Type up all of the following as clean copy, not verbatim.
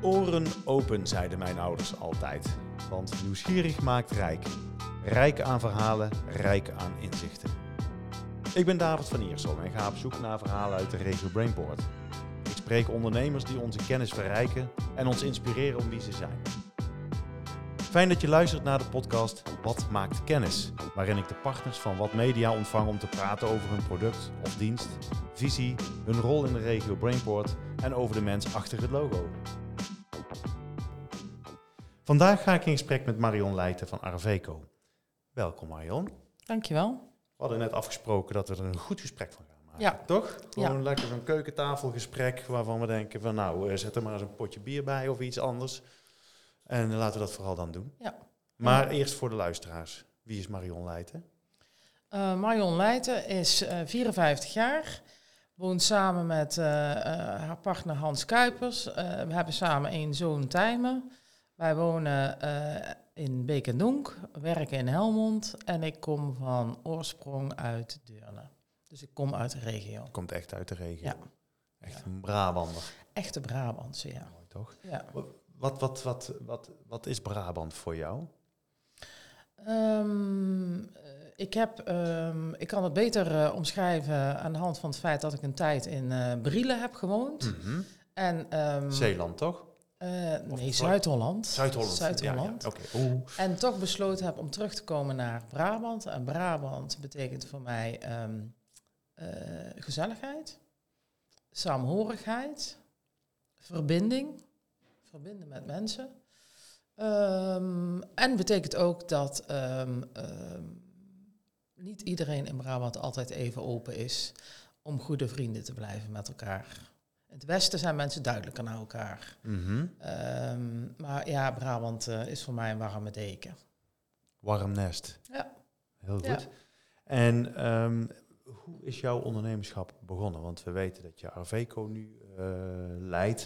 Oren open, zeiden mijn ouders altijd. Want nieuwsgierig maakt rijk. Rijk aan verhalen, rijk aan inzichten. Ik ben David van Iersel en ga op zoek naar verhalen uit de regio Brainport. Ik spreek ondernemers die onze kennis verrijken en ons inspireren om wie ze zijn. Fijn dat je luistert naar de podcast Wat maakt kennis? Waarin ik de partners van Wat Media ontvang om te praten over hun product of dienst, visie, hun rol in de regio Brainport en over de mens achter het logo. Vandaag ga ik in gesprek met Marion Leijten van Arveco. Welkom Marion. Dankjewel. We hadden net afgesproken dat we er een goed gesprek van gaan maken. Ja. Toch? Gewoon Ja. lekker zo'n keukentafelgesprek waarvan we denken van zet er maar eens een potje bier bij of iets anders. En laten we dat vooral dan doen. Ja. Maar eerst voor de luisteraars. Wie is Marion Leijten? Marion Leijten is 54 jaar. Woont samen met haar partner Hans Kuipers. We hebben samen één zoon, Tijmen. Wij wonen in Beek en Donk, werken in Helmond. En ik kom van oorsprong uit Deurne. Dus ik kom uit de regio. Komt echt uit de regio. Ja. Echt een Brabander. Echte Brabantse, ja. Mooi toch? Ja. Wat is Brabant voor jou? Ik kan het beter omschrijven aan de hand van het feit dat ik een tijd in Brielen heb gewoond. Mm-hmm. En, Zeeland toch? Nee, Zuid-Holland. Zuid-Holland. Ja. Oké. En toch besloten heb om terug te komen naar Brabant. En Brabant betekent voor mij gezelligheid, saamhorigheid, verbinden met mensen. En betekent ook dat niet iedereen in Brabant altijd even open is om goede vrienden te blijven met elkaar. In het westen zijn mensen duidelijker naar elkaar. Mm-hmm. Maar ja, Brabant is voor mij een warme deken. Warm nest. Ja. Heel goed. Ja. En hoe is jouw ondernemerschap begonnen? Want we weten dat je Arveco nu leidt.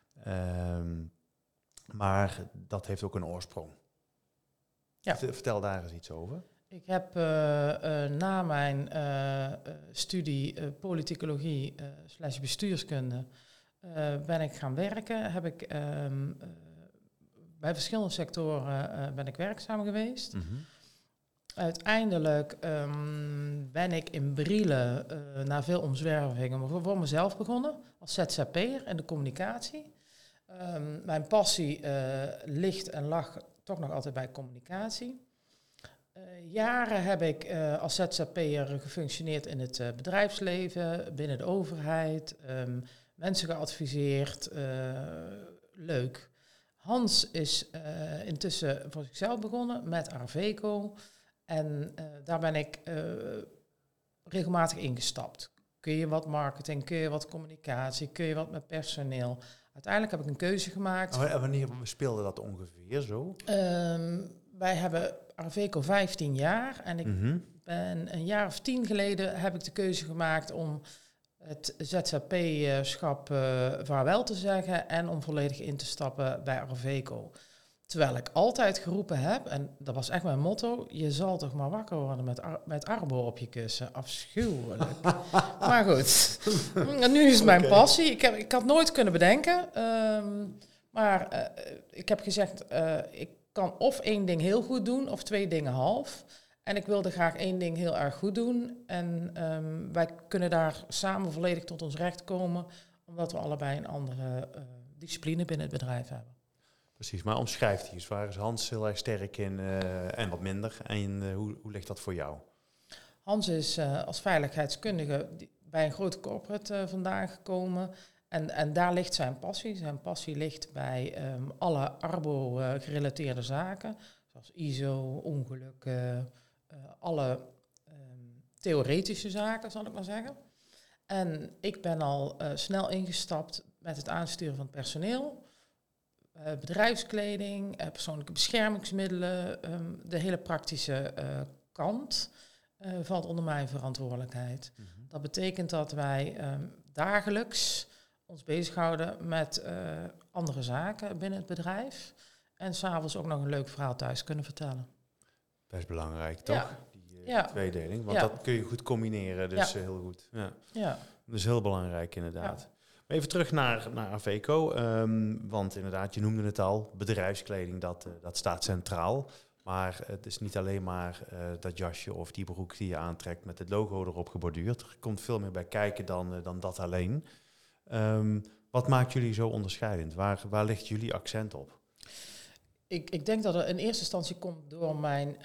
Maar dat heeft ook een oorsprong. Ja. Vertel daar eens iets over. Ik heb na mijn studie politicologie / bestuurskunde ben ik gaan werken. Heb ik bij verschillende sectoren ben ik werkzaam geweest. Mm-hmm. Uiteindelijk ben ik in Brielen na veel omzwervingen voor mezelf begonnen als ZZP'er in de communicatie. Mijn passie ligt en lag toch nog altijd bij communicatie. Jaren heb ik als ZZP'er gefunctioneerd in het bedrijfsleven, binnen de overheid, mensen geadviseerd. Leuk. Hans is intussen voor zichzelf begonnen met Arveco. En daar ben ik regelmatig ingestapt. Kun je wat marketing, kun je wat communicatie, kun je wat met personeel. Uiteindelijk heb ik een keuze gemaakt. En wanneer speelde dat ongeveer zo? Wij hebben Arveco 15 jaar en ik ben een jaar of 10 geleden heb ik de keuze gemaakt om het ZZP-schap vaarwel te zeggen en om volledig in te stappen bij Arveco. Terwijl ik altijd geroepen heb, en dat was echt mijn motto, je zal toch maar wakker worden met Arbo op je kussen. Afschuwelijk. Maar goed, nu is het mijn passie. Ik had nooit kunnen bedenken. Maar ik heb gezegd, ik kan of 1 ding heel goed doen of 2 dingen half. En ik wilde graag 1 ding heel erg goed doen. En wij kunnen daar samen volledig tot ons recht komen, omdat we allebei een andere discipline binnen het bedrijf hebben. Precies, maar omschrijf die eens. Waar is Hans heel erg sterk in en wat minder? En hoe ligt dat voor jou? Hans is als veiligheidskundige bij een grote corporate vandaan gekomen. En daar ligt zijn passie. Zijn passie ligt bij alle Arbo-gerelateerde zaken. Zoals ISO, ongelukken, alle theoretische zaken, zal ik maar zeggen. En ik ben al snel ingestapt met het aansturen van het personeel. Bedrijfskleding, persoonlijke beschermingsmiddelen, de hele praktische kant valt onder mijn verantwoordelijkheid. Mm-hmm. Dat betekent dat wij dagelijks ons bezighouden met andere zaken binnen het bedrijf. En 's avonds ook nog een leuk verhaal thuis kunnen vertellen. Best belangrijk, toch? Ja. Die tweedeling. Want dat kun je goed combineren, dus heel goed. Ja. Ja. Dat is heel belangrijk inderdaad. Ja. Even terug naar Aveco, want inderdaad, je noemde het al, bedrijfskleding, dat staat centraal. Maar het is niet alleen maar dat jasje of die broek die je aantrekt met het logo erop geborduurd. Er komt veel meer bij kijken dan dat alleen. Wat maakt jullie zo onderscheidend? Waar ligt jullie accent op? Ik denk dat het in eerste instantie komt door mijn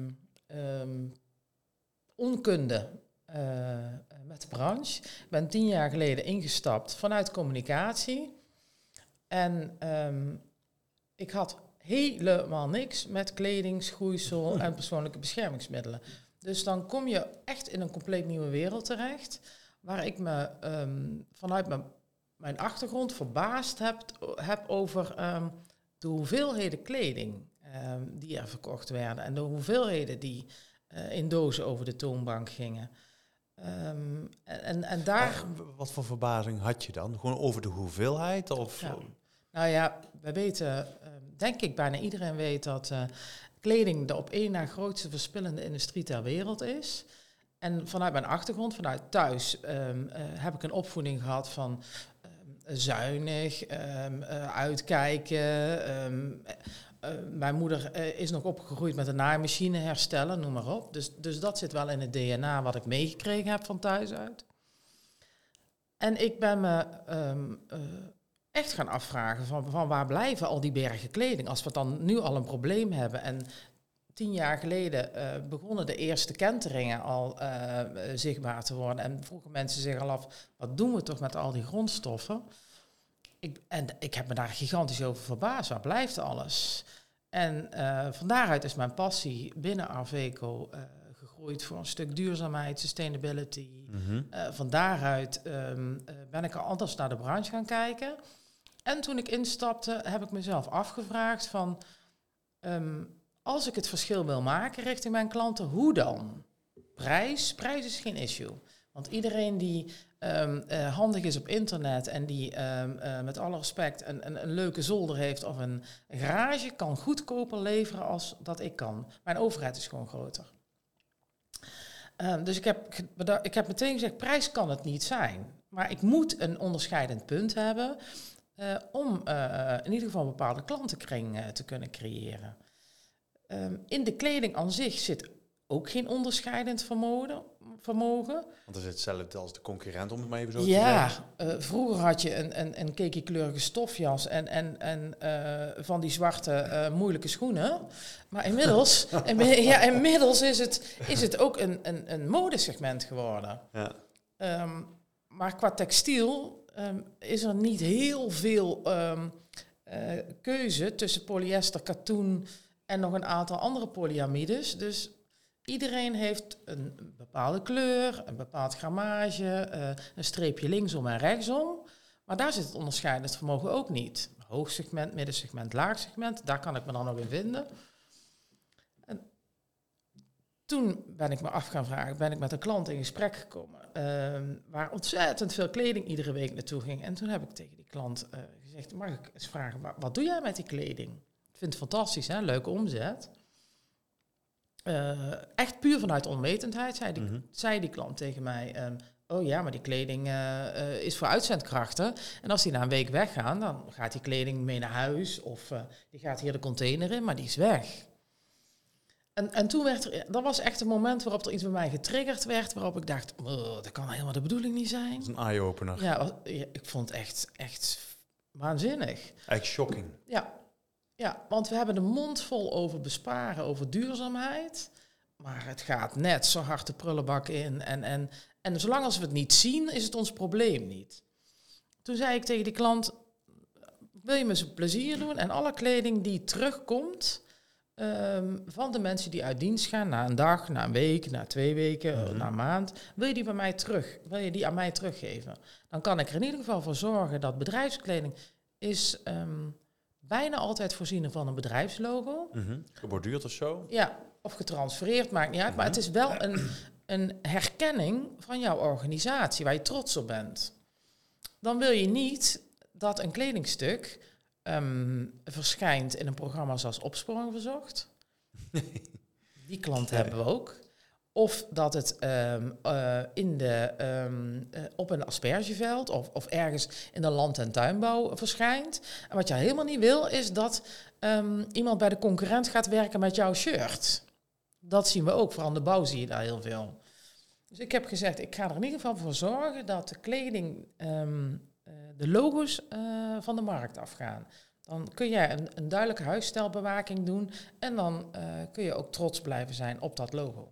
onkunde met de branche. Ik ben 10 jaar geleden ingestapt vanuit communicatie. En ik had helemaal niks met kleding, schoeisel en persoonlijke beschermingsmiddelen. Dus dan kom je echt in een compleet nieuwe wereld terecht, waar ik me vanuit mijn achtergrond verbaasd heb over de hoeveelheden kleding die er verkocht werden en de hoeveelheden die in dozen over de toonbank gingen. En daar... Wat voor verbazing had je dan? Gewoon over de hoeveelheid? Of? Ja. Nou ja, we weten, denk ik bijna iedereen weet dat kleding de op één na grootste verspillende industrie ter wereld is. En vanuit mijn achtergrond, vanuit thuis, heb ik een opvoeding gehad van zuinig, uitkijken. Mijn moeder is nog opgegroeid met een naaimachine, herstellen, noem maar op. Dus dat zit wel in het DNA wat ik meegekregen heb van thuis uit. En ik ben me echt gaan afvragen van waar blijven al die bergen kleding? Als we dan nu al een probleem hebben en 10 jaar geleden begonnen de eerste kenteringen al zichtbaar te worden. En vroegen mensen zich al af, wat doen we toch met al die grondstoffen? Ik heb me daar gigantisch over verbaasd. Waar blijft alles? En van daaruit is mijn passie binnen Aveco gegroeid voor een stuk duurzaamheid, sustainability. Mm-hmm. Van daaruit ben ik al anders naar de branche gaan kijken. En toen ik instapte, heb ik mezelf afgevraagd van... als ik het verschil wil maken richting mijn klanten, hoe dan? Prijs is geen issue. Want iedereen die handig is op internet en die met alle respect een leuke zolder heeft of een garage, kan goedkoper leveren als dat ik kan. Mijn overheid is gewoon groter. Dus ik heb meteen gezegd, prijs kan het niet zijn. Maar ik moet een onderscheidend punt hebben om in ieder geval een bepaalde klantenkring te kunnen creëren. In de kleding aan zich zit ook geen onderscheidend vermogen. Want is hetzelfde als de concurrent, om het maar even zo te zeggen. Ja, vroeger had je een cakey-kleurige stofjas en van die zwarte moeilijke schoenen. Maar inmiddels is het ook een modesegment geworden. Ja. Maar qua textiel is er niet heel veel keuze tussen polyester, katoen en nog een aantal andere polyamides. Dus iedereen heeft een bepaalde kleur, een bepaald grammage, een streepje linksom en rechtsom. Maar daar zit het onderscheidend vermogen ook niet. Hoogsegment, middensegment, laagsegment, daar kan ik me dan ook in vinden. En toen ben ik me af gaan vragen, ben ik met een klant in gesprek gekomen, waar ontzettend veel kleding iedere week naartoe ging. En toen heb ik tegen die klant gezegd, mag ik eens vragen, wat doe jij met die kleding? Ik vind het fantastisch, hè? Leuke omzet. Echt puur vanuit onwetendheid zei die klant tegen mij... oh ja, maar die kleding is voor uitzendkrachten. En als die na een week weggaan, dan gaat die kleding mee naar huis... of die gaat hier de container in, maar die is weg. En toen dat was echt een moment waarop er iets bij mij getriggerd werd... waarop ik dacht, dat kan helemaal de bedoeling niet zijn. Dat is een eye-opener. Ja, ik vond het echt waanzinnig. Eigenlijk shocking. Ja, want we hebben de mond vol over besparen, over duurzaamheid. Maar het gaat net zo hard de prullenbak in. En zolang als we het niet zien, is het ons probleem niet. Toen zei ik tegen die klant, wil je me zo'n plezier doen? En alle kleding die terugkomt van de mensen die uit dienst gaan... na een dag, na een week, na 2 weken, na een maand... wil je die aan mij teruggeven? Dan kan ik er in ieder geval voor zorgen dat bedrijfskleding is... bijna altijd voorzien van een bedrijfslogo. Geborduurd of zo? Ja, of getransfereerd, maakt niet uit. Maar het is wel een herkenning van jouw organisatie, waar je trots op bent. Dan wil je niet dat een kledingstuk verschijnt in een programma zoals Opsporing Verzocht. Die klant hebben we ook. Of dat het op een aspergeveld of ergens in de land- en tuinbouw verschijnt. En wat je helemaal niet wil, is dat iemand bij de concurrent gaat werken met jouw shirt. Dat zien we ook, vooral aan de bouw zie je daar heel veel. Dus ik heb gezegd, ik ga er in ieder geval voor zorgen dat de kleding, de logo's van de markt afgaan. Dan kun jij een duidelijke huisstijlbewaking doen en dan kun je ook trots blijven zijn op dat logo.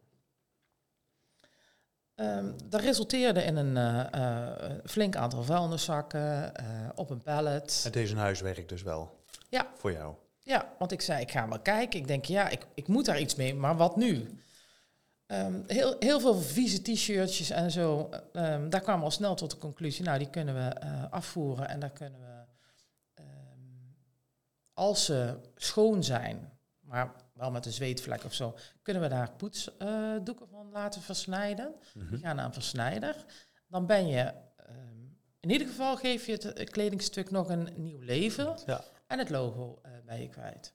Dat resulteerde in een flink aantal vuilniszakken op een pallet. Het is een huiswerk dus wel, voor jou. Ja, want ik zei, ik ga wel kijken. Ik denk, ik moet daar iets mee, maar wat nu? Heel veel vieze t-shirtjes en zo. Daar kwamen we al snel tot de conclusie, nou, die kunnen we afvoeren. En daar kunnen we, als ze schoon zijn, maar wel met een zweetvlek of zo, kunnen we daar poetsdoeken van laten versnijden. Mm-hmm. Die gaan naar een versnijder. Dan ben je, in ieder geval geef je het kledingstuk nog een nieuw leven. Ja. En het logo ben je kwijt.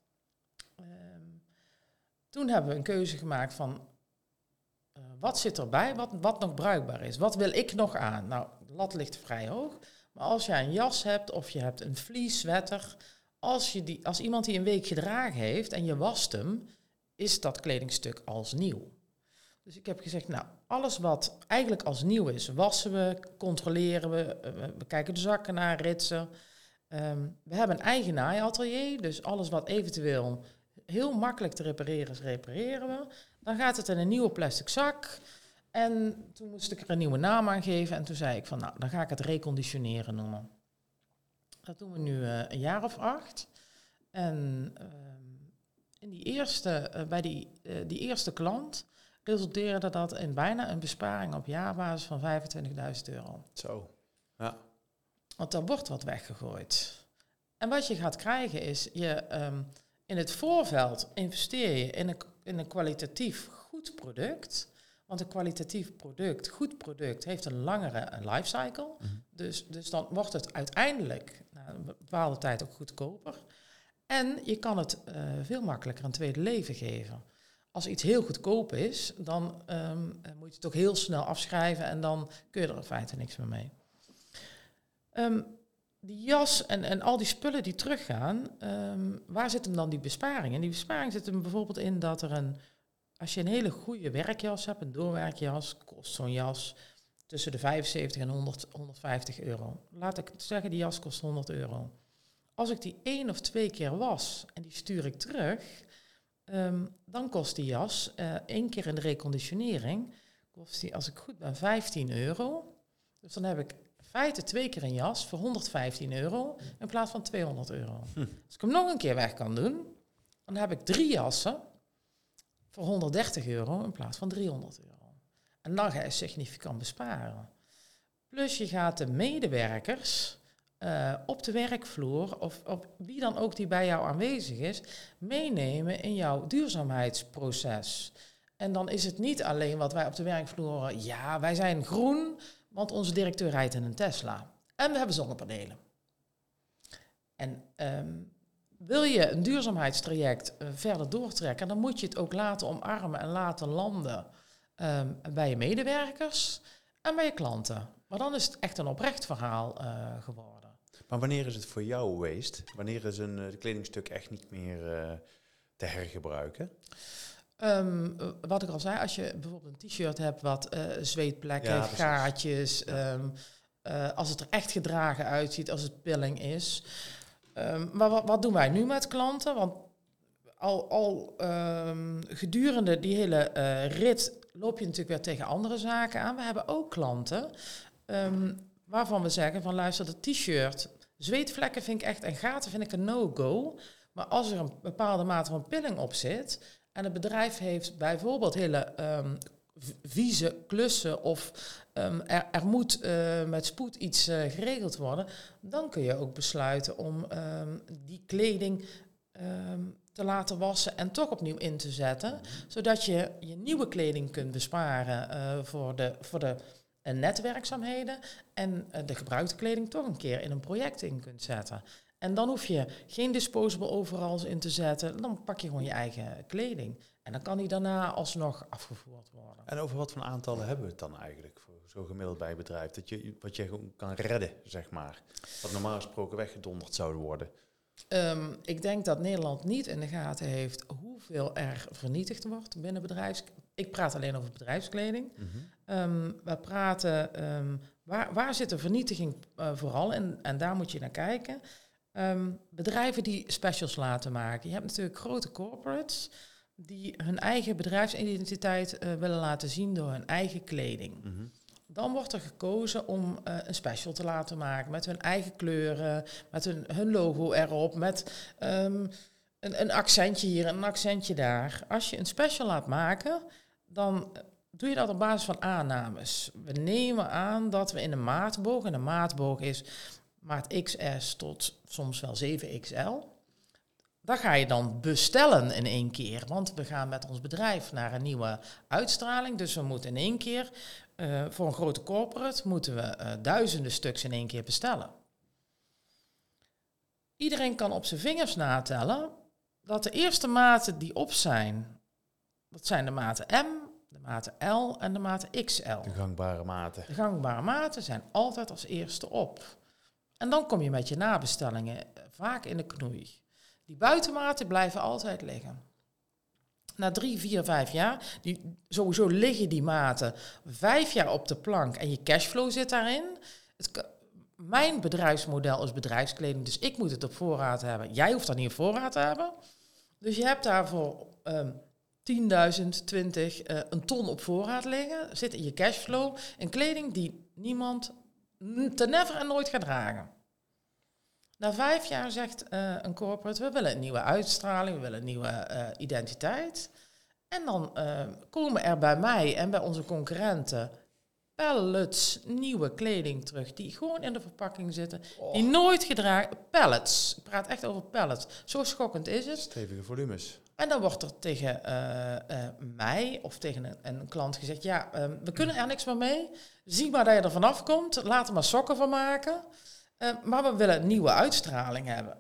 Toen hebben we een keuze gemaakt van, wat zit erbij, wat nog bruikbaar is? Wat wil ik nog aan? Nou, de lat ligt vrij hoog. Maar als je een jas hebt of je hebt een fleece sweater, als iemand die een week gedragen heeft en je wast hem, is dat kledingstuk als nieuw. Dus ik heb gezegd, nou, alles wat eigenlijk als nieuw is, wassen we, controleren we kijken de zakken naar, ritsen. We hebben een eigen naaiatelier, dus alles wat eventueel heel makkelijk te repareren is, repareren we. Dan gaat het in een nieuwe plastic zak. En toen moest ik er een nieuwe naam aan geven. En toen zei ik van, nou, dan ga ik het reconditioneren noemen. Dat doen we nu een jaar of 8. En in bij die eerste klant resulteerde dat in bijna een besparing op jaarbasis van €25.000. Zo, ja. Want daar wordt wat weggegooid. En wat je gaat krijgen is, in het voorveld investeer je in een kwalitatief goed product. Want een kwalitatief product, goed product, heeft een langere lifecycle. Mm-hmm. Dus dan wordt het uiteindelijk na een bepaalde tijd ook goedkoper. En je kan het veel makkelijker een tweede leven geven. Als iets heel goedkoop is, dan moet je het ook heel snel afschrijven en dan kun je er in feite niks meer mee. Die jas en al die spullen die teruggaan, waar zit hem dan die besparing? En die besparing zit hem bijvoorbeeld in dat als je een hele goede werkjas hebt, een doorwerkjas, kost zo'n jas tussen de 75 en 150 euro. Laat ik zeggen, die jas kost €100. Als ik die 1 of 2 keer was en die stuur ik terug, dan kost die jas 1 keer in de reconditionering, kost die, als ik goed ben, €15. Dus dan heb ik in feite 2 keer een jas voor €115 in plaats van €200. Als ik hem nog een keer weg kan doen, dan heb ik 3 jassen voor €130 in plaats van €300. En dan ga je significant besparen. Plus je gaat de medewerkers op de werkvloer, of wie dan ook die bij jou aanwezig is, meenemen in jouw duurzaamheidsproces. En dan is het niet alleen wat wij op de werkvloer horen, ja, wij zijn groen, want onze directeur rijdt in een Tesla. En we hebben zonnepanelen. En wil je een duurzaamheidstraject verder doortrekken, dan moet je het ook laten omarmen en laten landen bij je medewerkers en bij je klanten. Maar dan is het echt een oprecht verhaal geworden. Maar wanneer is het voor jou waste? Wanneer is een kledingstuk echt niet meer te hergebruiken? Wat ik al zei, als je bijvoorbeeld een t-shirt hebt wat zweetplekken, gaatjes, als het er echt gedragen uitziet, als het pilling is. Maar wat doen wij nu met klanten? Want gedurende die hele rit loop je natuurlijk weer tegen andere zaken aan. We hebben ook klanten waarvan we zeggen van luister, de t-shirt, zweetvlekken vind ik echt en gaten vind ik een no-go. Maar als er een bepaalde mate van pilling op zit en het bedrijf heeft bijvoorbeeld hele vieze klussen of er moet met spoed iets geregeld worden, dan kun je ook besluiten om die kleding te laten wassen en toch opnieuw in te zetten, zodat je nieuwe kleding kunt besparen voor de netwerkzaamheden en de gebruikte kleding toch een keer in een project in kunt zetten. En dan hoef je geen disposable overalls in te zetten, dan pak je gewoon je eigen kleding. En dan kan die daarna alsnog afgevoerd worden. En over wat voor aantallen hebben we het dan eigenlijk voor zo'n gemiddeld bij bedrijf? Wat je gewoon kan redden, zeg maar. Wat normaal gesproken weggedonderd zouden worden. Ik denk dat Nederland niet in de gaten heeft hoeveel er vernietigd wordt binnen Ik praat alleen over bedrijfskleding. We praten, waar zit de vernietiging vooral in? En daar moet je naar kijken. Bedrijven die specials laten maken. Je hebt natuurlijk grote corporates die hun eigen bedrijfsidentiteit willen laten zien door hun eigen kleding. Dan wordt er gekozen om een special te laten maken met hun eigen kleuren, met hun logo erop, met een accentje hier en een accentje daar. Als je een special laat maken, dan doe je dat op basis van aannames. We nemen aan dat we in een maatboog, en een maatboog is maat XS tot soms wel 7XL. Dat ga je dan bestellen in 1 keer, want we gaan met ons bedrijf naar een nieuwe uitstraling. Dus we moeten in 1 keer, voor een grote corporate, moeten we duizenden stuks in 1 keer bestellen. Iedereen kan op zijn vingers natellen dat de eerste maten die op zijn, dat zijn de maten M, de maten L en de maten XL. De gangbare maten. De gangbare maten zijn altijd als eerste op. En dan kom je met je nabestellingen vaak in de knoei. Die buitenmaten blijven altijd liggen. Na 3, 4, 5 jaar, sowieso liggen die maten 5 jaar op de plank en je cashflow zit daarin. Mijn bedrijfsmodel is bedrijfskleding, dus ik moet het op voorraad hebben. Jij hoeft dat niet op voorraad te hebben. Dus je hebt daarvoor 10.000, 20, een ton op voorraad liggen. Zit in je cashflow. En kleding die niemand te never en nooit gaat dragen. Na 5 jaar zegt een corporate, we willen een nieuwe uitstraling, we willen een nieuwe identiteit. En dan komen er bij mij en bij onze concurrenten pallets nieuwe kleding terug, die gewoon in de verpakking zitten, die nooit gedragen... Pallets, ik praat echt over pallets. Zo schokkend is het. Stevige volumes. En dan wordt er tegen mij of tegen een klant gezegd, ja, we kunnen er niks meer mee. Zie maar dat je er vanaf komt, laat er maar sokken van maken. Maar we willen een nieuwe uitstraling hebben.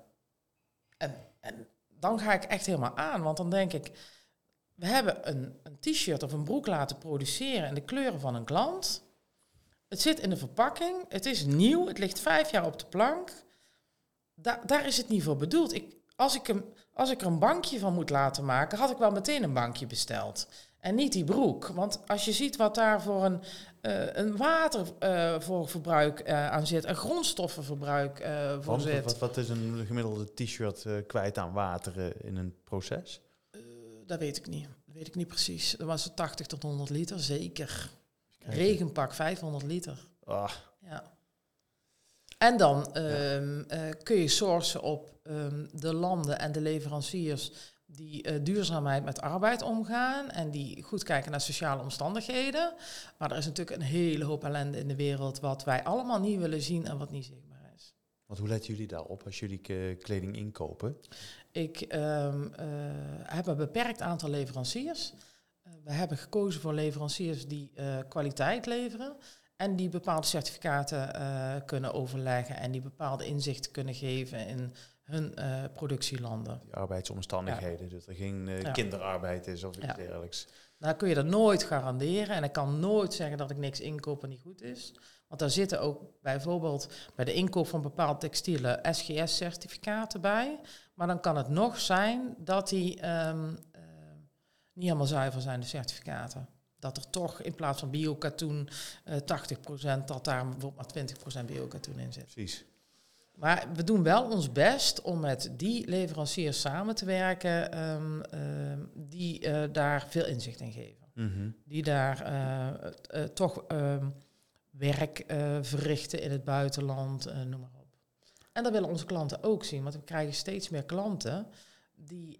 En dan ga ik echt helemaal aan, want dan denk ik, we hebben een t-shirt of een broek laten produceren in de kleuren van een klant. Het zit in de verpakking, het is nieuw, het ligt 5 jaar op de plank. Daar is het niet voor bedoeld. Als ik er een bankje van moet laten maken, had ik wel meteen een bankje besteld. En niet die broek. Want als je ziet wat daar voor een waterverbruik aan zit, een grondstoffenverbruik voor zit. Wat is een gemiddelde t-shirt kwijt aan water in een proces? Dat weet ik niet. Dat weet ik niet precies. Dat was 80 tot 100 liter, zeker. Kijk. Regenpak 500 liter. Ja. En dan kun je sourcen op de landen en de leveranciers die duurzaamheid met arbeid omgaan en die goed kijken naar sociale omstandigheden. Maar er is natuurlijk een hele hoop ellende in de wereld wat wij allemaal niet willen zien en wat niet zichtbaar is. Want hoe letten jullie daarop als jullie kleding inkopen? Ik heb een beperkt aantal leveranciers. We hebben gekozen voor leveranciers die kwaliteit leveren en die bepaalde certificaten kunnen overleggen en die bepaalde inzichten kunnen geven in hun productielanden. Die arbeidsomstandigheden, dat er geen kinderarbeid is of iets dergelijks. Nou kun je dat nooit garanderen en ik kan nooit zeggen dat ik niks inkoop en niet goed is. Want daar zitten ook bijvoorbeeld bij de inkoop van bepaalde textielen SGS-certificaten bij. Maar dan kan het nog zijn dat die niet helemaal zuiver zijn, de certificaten. Dat er toch in plaats van biokatoen 80%, dat daar bijvoorbeeld maar 20% biokatoen in zit. Precies. Maar we doen wel ons best om met die leveranciers samen te werken die daar veel inzicht in geven. Mm-hmm. Die daar toch werk verrichten in het buitenland, noem maar op. En dat willen onze klanten ook zien, want we krijgen steeds meer klanten die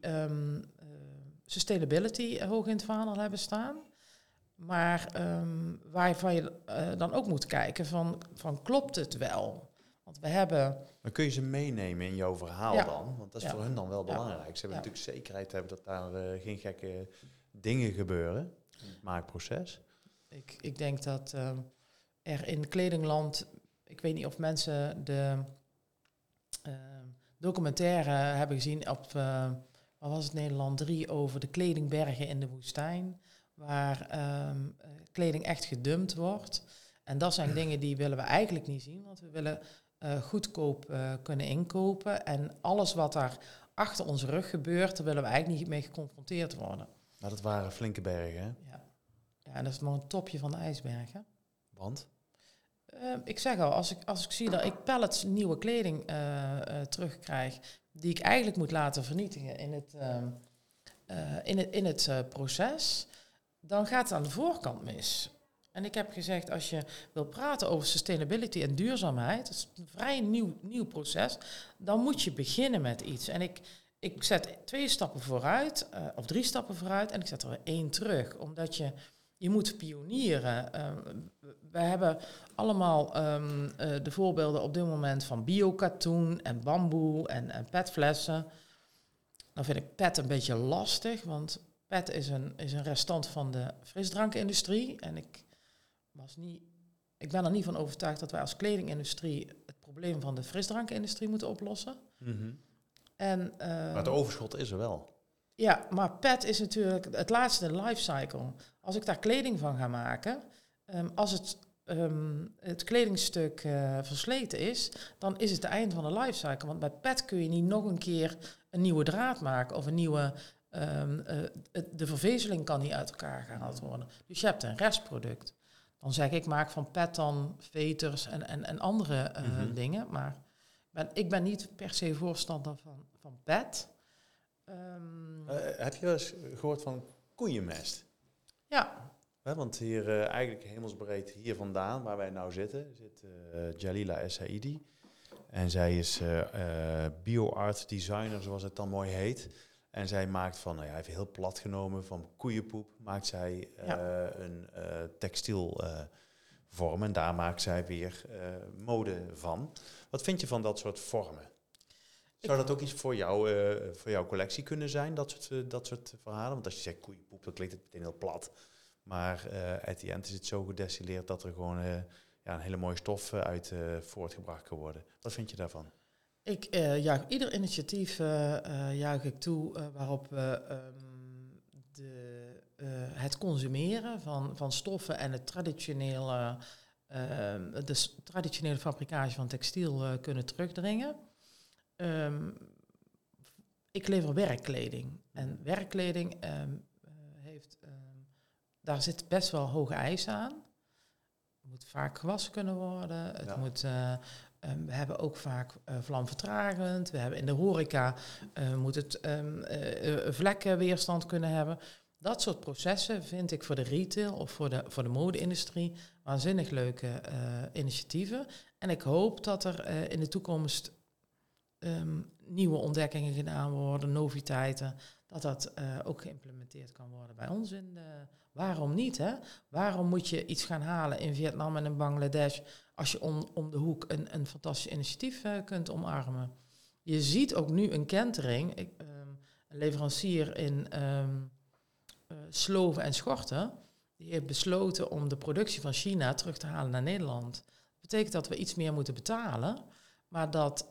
sustainability hoog in het vaandel hebben staan. Maar waarvan je dan ook moet kijken van klopt het wel? Want we hebben... Maar kun je ze meenemen in jouw verhaal dan? Want dat is voor hun dan wel belangrijk. Ze hebben natuurlijk zekerheid hebben dat daar geen gekke dingen gebeuren in het maakproces. Ik denk dat er in kledingland... Ik weet niet of mensen de documentaire hebben gezien op wat was het, Nederland 3 over de kledingbergen in de woestijn, waar kleding echt gedumpt wordt. En dat zijn dingen die willen we eigenlijk niet zien, want we willen goedkoop kunnen inkopen. En alles wat daar achter onze rug gebeurt, daar willen we eigenlijk niet mee geconfronteerd worden. Maar dat waren flinke bergen, hè? Ja, en dat is maar een topje van de ijsberg, hè? Want? Ik zeg al, als ik zie dat ik pallets nieuwe kleding terugkrijg, die ik eigenlijk moet laten vernietigen in het proces, dan gaat het aan de voorkant mis. En ik heb gezegd, als je wil praten over sustainability en duurzaamheid, dat is een vrij nieuw proces, dan moet je beginnen met iets. En ik zet 2 stappen vooruit, of 3 stappen vooruit, en ik zet er 1 terug. Omdat je moet pionieren. We hebben allemaal de voorbeelden op dit moment van biokatoen en bamboe en petflessen. Dan vind ik pet een beetje lastig, want pet is een restant van de frisdrankindustrie. En ik ben er niet van overtuigd dat wij als kledingindustrie het probleem van de frisdrankindustrie moeten oplossen. Mm-hmm. Maar het overschot is er wel. Ja, maar pet is natuurlijk het laatste in de lifecycle. Als ik daar kleding van ga maken, als het kledingstuk versleten is, dan is het einde van de lifecycle. Want bij pet kun je niet nog een keer een nieuwe draad maken of een nieuwe... de vervezeling kan niet uit elkaar gehaald worden. Dus je hebt een restproduct. Dan zeg ik, maak van pet dan veters en andere dingen. Maar ik ben niet per se voorstander van pet. Heb je wel eens gehoord van koeienmest? Ja. Want hier eigenlijk hemelsbreed hier vandaan, waar wij nou zitten, zit Jalila Essaidi. En zij is bioart designer, zoals het dan mooi heet. En zij maakt even heel plat genomen, van koeienpoep maakt zij een textiel vorm. En daar maakt zij weer mode van. Wat vind je van dat soort vormen? Zou dat ook iets voor jouw collectie kunnen zijn, dat soort verhalen? Want als je zegt koeienpoep, dan klinkt het meteen heel plat. Maar at the end is het zo gedestilleerd dat er gewoon een hele mooie stof uit voortgebracht kan worden. Wat vind je daarvan? Ik juich ieder initiatief juich ik toe waarop we het consumeren van stoffen en de traditionele fabricage van textiel kunnen terugdringen. Ik lever werkkleding. En werkkleding daar zit best wel hoge eisen aan. Het moet vaak gewassen kunnen worden. We hebben ook vaak vlamvertragend. We hebben in de horeca moet het vlekkenweerstand kunnen hebben. Dat soort processen vind ik voor de retail of voor de mode-industrie waanzinnig leuke initiatieven. En ik hoop dat er in de toekomst nieuwe ontdekkingen gedaan worden, noviteiten, dat ook geïmplementeerd kan worden bij ons. Waarom niet, hè? Waarom moet je iets gaan halen in Vietnam en in Bangladesh als je om de hoek een fantastisch initiatief kunt omarmen? Je ziet ook nu een kentering. Een leverancier in sloven en schorten, die heeft besloten om de productie van China terug te halen naar Nederland. Dat betekent dat we iets meer moeten betalen, maar dat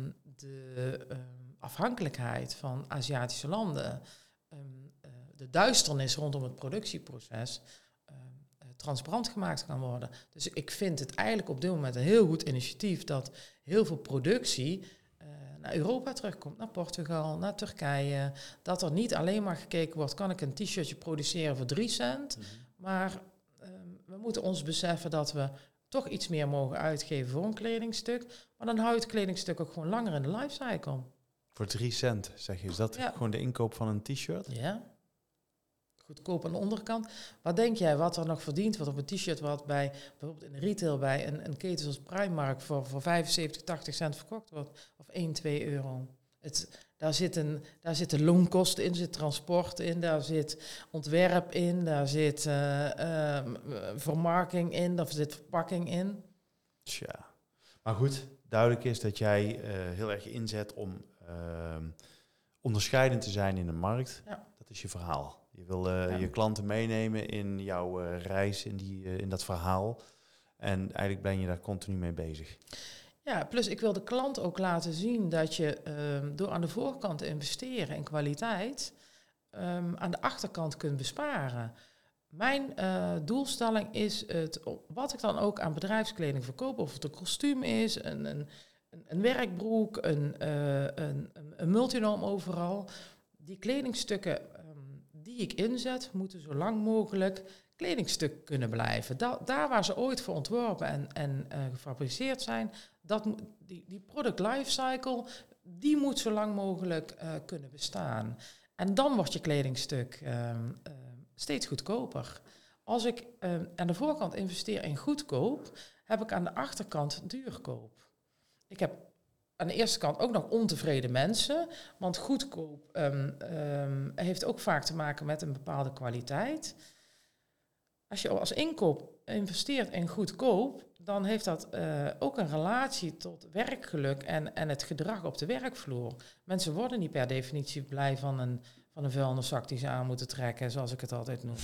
de afhankelijkheid van Aziatische landen, de duisternis rondom het productieproces, transparant gemaakt kan worden. Dus ik vind het eigenlijk op dit moment een heel goed initiatief dat heel veel productie naar Europa terugkomt, naar Portugal, naar Turkije. Dat er niet alleen maar gekeken wordt, kan ik een t-shirtje produceren voor 3 cent? Mm-hmm. Maar we moeten ons beseffen dat we toch iets meer mogen uitgeven voor een kledingstuk. Maar dan houdt het kledingstuk ook gewoon langer in de lifecycle. Voor 3 cent, zeg je. Is dat gewoon de inkoop van een t-shirt? Ja. Goedkoop aan de onderkant. Wat denk jij wat er nog verdiend wordt op een t-shirt wat bij bijvoorbeeld in de retail bij een keten zoals Primark voor 75, 80 cent verkocht wordt? Of 1, 2 euro. Daar zitten loonkosten in, er zit transport in, daar zit ontwerp in, daar zit vermarking in, daar zit verpakking in. Tja. Maar goed, duidelijk is dat jij heel erg inzet om onderscheidend te zijn in de markt. Ja. Dat is je verhaal. Je wil je klanten meenemen in jouw reis, in dat verhaal. En eigenlijk ben je daar continu mee bezig. Ja, plus ik wil de klant ook laten zien dat je door aan de voorkant te investeren in kwaliteit, aan de achterkant kunt besparen. Mijn doelstelling is wat ik dan ook aan bedrijfskleding verkoop, of het een kostuum is, een werkbroek, een multinoom overal. Die kledingstukken die ik inzet, moeten zo lang mogelijk kledingstuk kunnen blijven. Daar waar ze ooit voor ontworpen en gefabriceerd zijn, die product lifecycle, die moet zo lang mogelijk kunnen bestaan. En dan wordt je kledingstuk steeds goedkoper. Als ik aan de voorkant investeer in goedkoop, heb ik aan de achterkant duurkoop. Ik heb aan de eerste kant ook nog ontevreden mensen, want goedkoop heeft ook vaak te maken met een bepaalde kwaliteit. Als je als inkoop investeert in goedkoop, dan heeft dat ook een relatie tot werkgeluk en het gedrag op de werkvloer. Mensen worden niet per definitie blij van een vuilniszak die ze aan moeten trekken, zoals ik het altijd noem.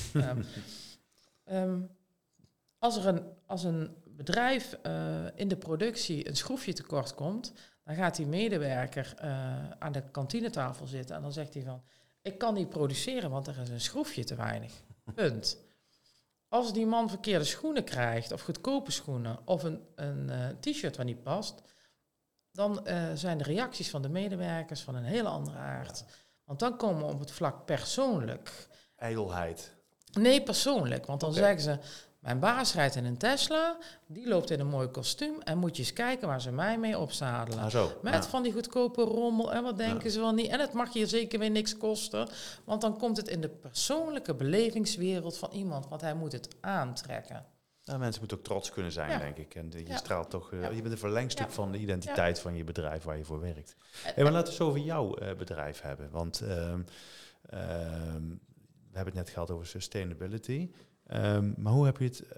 Als een bedrijf in de productie een schroefje tekort komt, dan gaat die medewerker aan de kantinetafel zitten en dan zegt hij van, ik kan niet produceren, want er is een schroefje te weinig. Punt. Als die man verkeerde schoenen krijgt, of goedkope schoenen, of een t-shirt waar niet past, dan zijn de reacties van de medewerkers van een hele andere aard. Want dan komen we op het vlak persoonlijk. Ijdelheid. Nee, persoonlijk. Want dan zeggen ze, mijn baas rijdt in een Tesla, die loopt in een mooi kostuum en moet je eens kijken waar ze mij mee opzadelen. Met van die goedkope rommel en wat denken ze wel niet. En het mag je zeker weer niks kosten, want dan komt het in de persoonlijke belevingswereld van iemand, want hij moet het aantrekken. Nou, mensen moeten ook trots kunnen zijn, denk ik. En je straalt toch, je bent een verlengstuk van de identiteit van je bedrijf waar je voor werkt. Maar laten we het over jouw bedrijf hebben, want we hebben het net gehad over sustainability. Maar hoe heb je het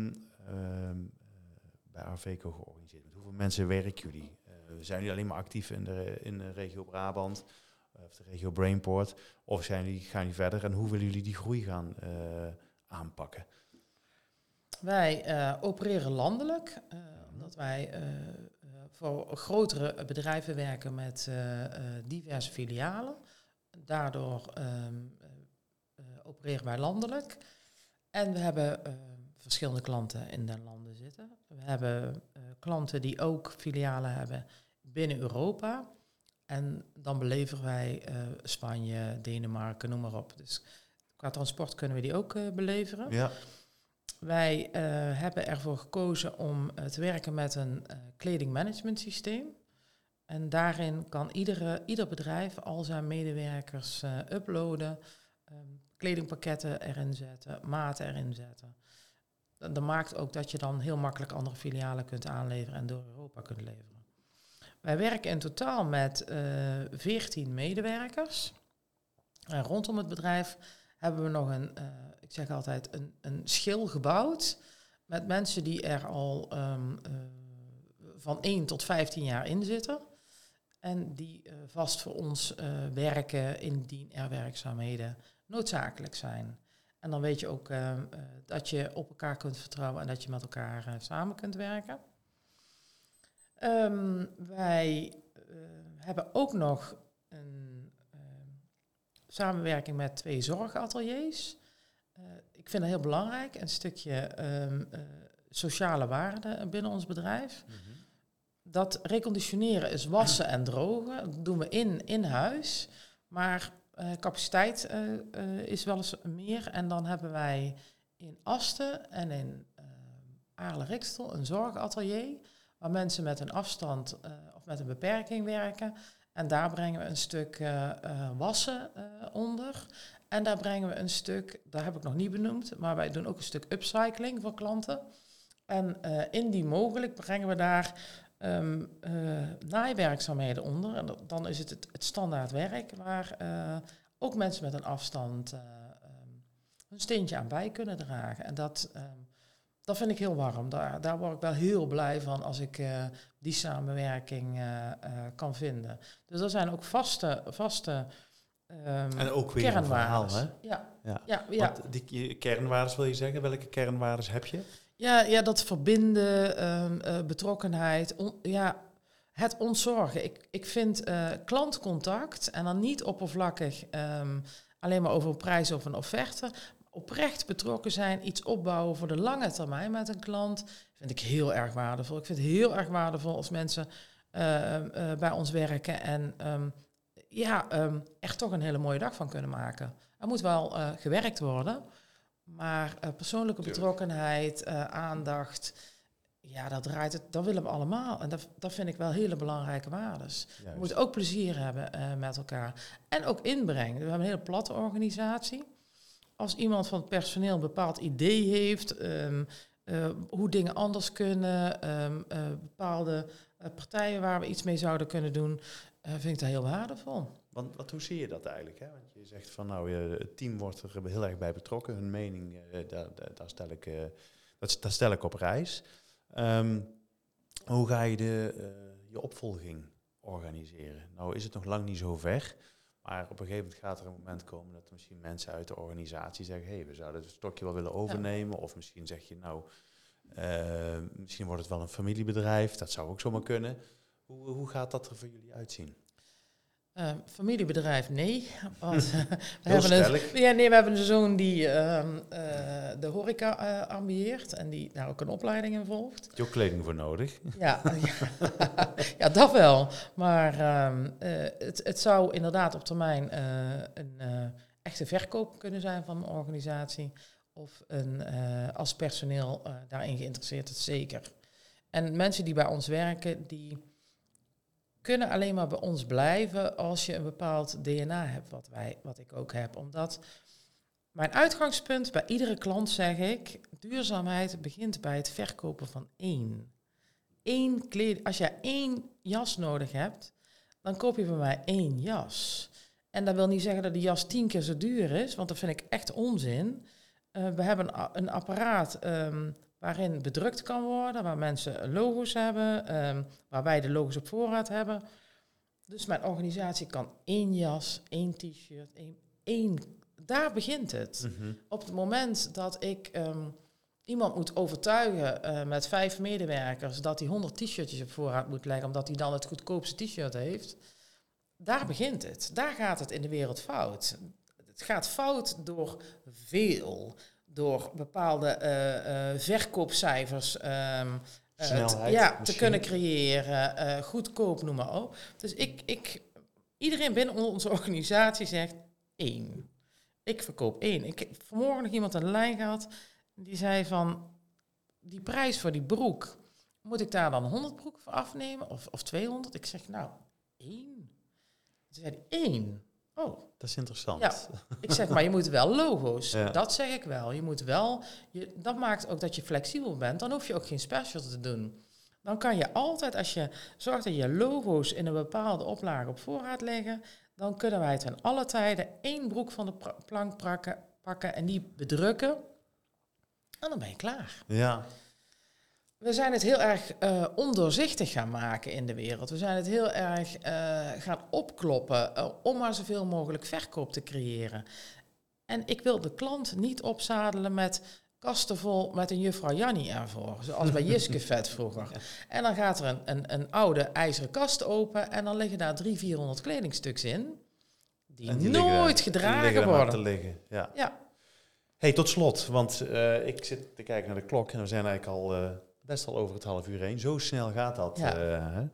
bij Arveco georganiseerd? Met hoeveel mensen werken jullie? Zijn jullie alleen maar actief in de regio Brabant of de regio Brainport? Of gaan jullie verder en hoe willen jullie die groei gaan aanpakken? Wij opereren landelijk, omdat wij voor grotere bedrijven werken met diverse filialen. Daardoor opereren wij landelijk. En we hebben verschillende klanten in de landen zitten. We hebben klanten die ook filialen hebben binnen Europa. En dan beleveren wij Spanje, Denemarken, noem maar op. Dus qua transport kunnen we die ook beleveren. Ja. Wij hebben ervoor gekozen om te werken met een kledingmanagement systeem. En daarin kan ieder bedrijf al zijn medewerkers uploaden, kledingpakketten erin zetten, maten erin zetten. Dat maakt ook dat je dan heel makkelijk andere filialen kunt aanleveren en door Europa kunt leveren. Wij werken in totaal met 14 medewerkers. En rondom het bedrijf hebben we nog ik zeg altijd, een schil gebouwd met mensen die er al van 1 tot 15 jaar in zitten. En die vast voor ons werken indien er werkzaamheden noodzakelijk zijn. En dan weet je ook dat je op elkaar kunt vertrouwen en dat je met elkaar samen kunt werken. Wij hebben ook nog een samenwerking met 2 zorgateliers. Ik vind dat heel belangrijk, een stukje sociale waarde binnen ons bedrijf. Mm-hmm. Dat reconditioneren is wassen en drogen. Dat doen we in huis. Maar capaciteit is wel eens meer. En dan hebben wij in Asten en in Aarle-Rixtel een zorgatelier, waar mensen met een afstand of met een beperking werken. En daar brengen we een stuk wassen onder. En daar brengen we een stuk, daar heb ik nog niet benoemd, maar wij doen ook een stuk upcycling voor klanten. En indien mogelijk brengen we daar naaiwerkzaamheden onder. En dan is het standaard werk waar ook mensen met een afstand een steentje aan bij kunnen dragen. En dat vind ik heel warm. Daar word ik wel heel blij van als ik die samenwerking kan vinden. Dus er zijn ook vaste en ook weer een verhaal, hè? Ja. Die kernwaardes wil je zeggen? Welke kernwaardes heb je? Ja, dat verbinden, betrokkenheid, het ontzorgen. Ik vind klantcontact en dan niet oppervlakkig alleen maar over een prijs of een offerte. Oprecht betrokken zijn, iets opbouwen voor de lange termijn met een klant, vind ik heel erg waardevol. Ik vind het heel erg waardevol als mensen bij ons werken en echt toch een hele mooie dag van kunnen maken. Er moet wel gewerkt worden, maar persoonlijke betrokkenheid, aandacht, dat willen we allemaal. En dat vind ik wel hele belangrijke waardes. We moeten ook plezier hebben met elkaar. En ook inbrengen. We hebben een hele platte organisatie. Als iemand van het personeel een bepaald idee heeft, hoe dingen anders kunnen, bepaalde partijen waar we iets mee zouden kunnen doen, vind ik dat heel waardevol. Want hoe zie je dat eigenlijk? Hè? Want je zegt van het team wordt er heel erg bij betrokken. Hun mening, daar stel ik op prijs. Hoe ga je je opvolging organiseren? Nou is het nog lang niet zo ver. Maar op een gegeven moment gaat er een moment komen dat er misschien mensen uit de organisatie zeggen, we zouden het stokje wel willen overnemen. Ja. Of misschien zeg je, misschien wordt het wel een familiebedrijf. Dat zou ook zomaar kunnen. Hoe gaat dat er voor jullie uitzien? Familiebedrijf, nee. Want we hebben een zoon die de horeca ambieert en die daar ook een opleiding in volgt. Heb je ook kleding voor nodig? Ja, dat wel. Maar het zou inderdaad op termijn een echte verkoop kunnen zijn van een organisatie. Of als personeel daarin geïnteresseerd is, zeker. En mensen die bij ons werken, die kunnen alleen maar bij ons blijven als je een bepaald DNA hebt, wat ik ook heb. Omdat mijn uitgangspunt bij iedere klant, zeg ik, duurzaamheid begint bij het verkopen van één kleding. Als jij 1 jas nodig hebt, dan koop je bij mij 1 jas. En dat wil niet zeggen dat die jas 10 keer zo duur is, want dat vind ik echt onzin. We hebben een apparaat waarin bedrukt kan worden, waar mensen logo's hebben, waar wij de logo's op voorraad hebben. Dus mijn organisatie kan 1 jas, 1 t-shirt, één. Daar begint het. Mm-hmm. Op het moment dat ik iemand moet overtuigen met 5 medewerkers dat hij 100 t-shirtjes op voorraad moet leggen, omdat hij dan het goedkoopste t-shirt heeft, daar begint het. Daar gaat het in de wereld fout. Het gaat fout door veel. Door bepaalde verkoopcijfers te kunnen creëren, goedkoop, noem maar op. Dus iedereen binnen onze organisatie zegt 1. Ik verkoop 1. Ik heb vanmorgen nog iemand aan de lijn gehad, die zei van, die prijs voor die broek, moet ik daar dan 100 broeken voor afnemen of 200? Ik zeg, 1. Toen zei hij, 1. Oh. Dat is interessant. Ja, ik zeg, maar je moet wel logo's. Ja. Dat zeg ik wel. Je moet wel. Dat maakt ook dat je flexibel bent. Dan hoef je ook geen special te doen. Dan kan je altijd, als je zorgt dat je logo's in een bepaalde oplage op voorraad leggen, dan kunnen wij ten alle tijden 1 broek van de plank pakken en die bedrukken. En dan ben je klaar. Ja. We zijn het heel erg ondoorzichtig gaan maken in de wereld. We zijn het heel erg gaan opkloppen om maar zoveel mogelijk verkoop te creëren. En ik wil de klant niet opzadelen met kasten vol met een juffrouw Jannie ervoor. Zoals bij Jiskevet vroeger. Ja. En dan gaat er een oude ijzeren kast open en dan liggen daar 300-400 kledingstuks in. Die nooit gedragen worden. Te liggen. Ja. Hey, tot slot, want ik zit te kijken naar de klok en we zijn eigenlijk al best al over het half uur heen. Zo snel gaat dat. Ja.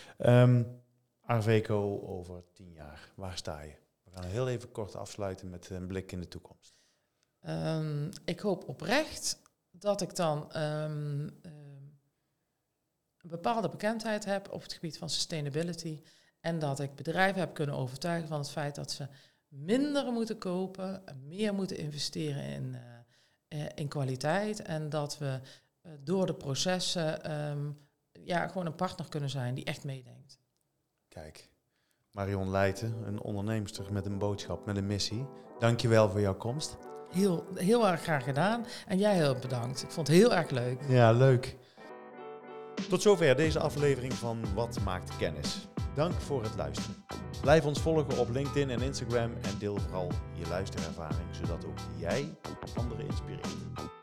Arveco over 10 jaar, waar sta je? We gaan heel even kort afsluiten met een blik in de toekomst. Ik hoop oprecht dat ik dan een bepaalde bekendheid heb op het gebied van sustainability. En dat ik bedrijven heb kunnen overtuigen van het feit dat ze minder moeten kopen, meer moeten investeren in kwaliteit. En dat we door de processen gewoon een partner kunnen zijn die echt meedenkt. Kijk, Marion Leijten, een onderneemster met een boodschap, met een missie. Dankjewel voor jouw komst. Heel erg graag gedaan. En jij heel bedankt. Ik vond het heel erg leuk. Ja, leuk. Tot zover deze aflevering van Wat Maakt Kennis. Dank voor het luisteren. Blijf ons volgen op LinkedIn en Instagram en deel vooral je luisterervaring, zodat ook jij anderen inspireert.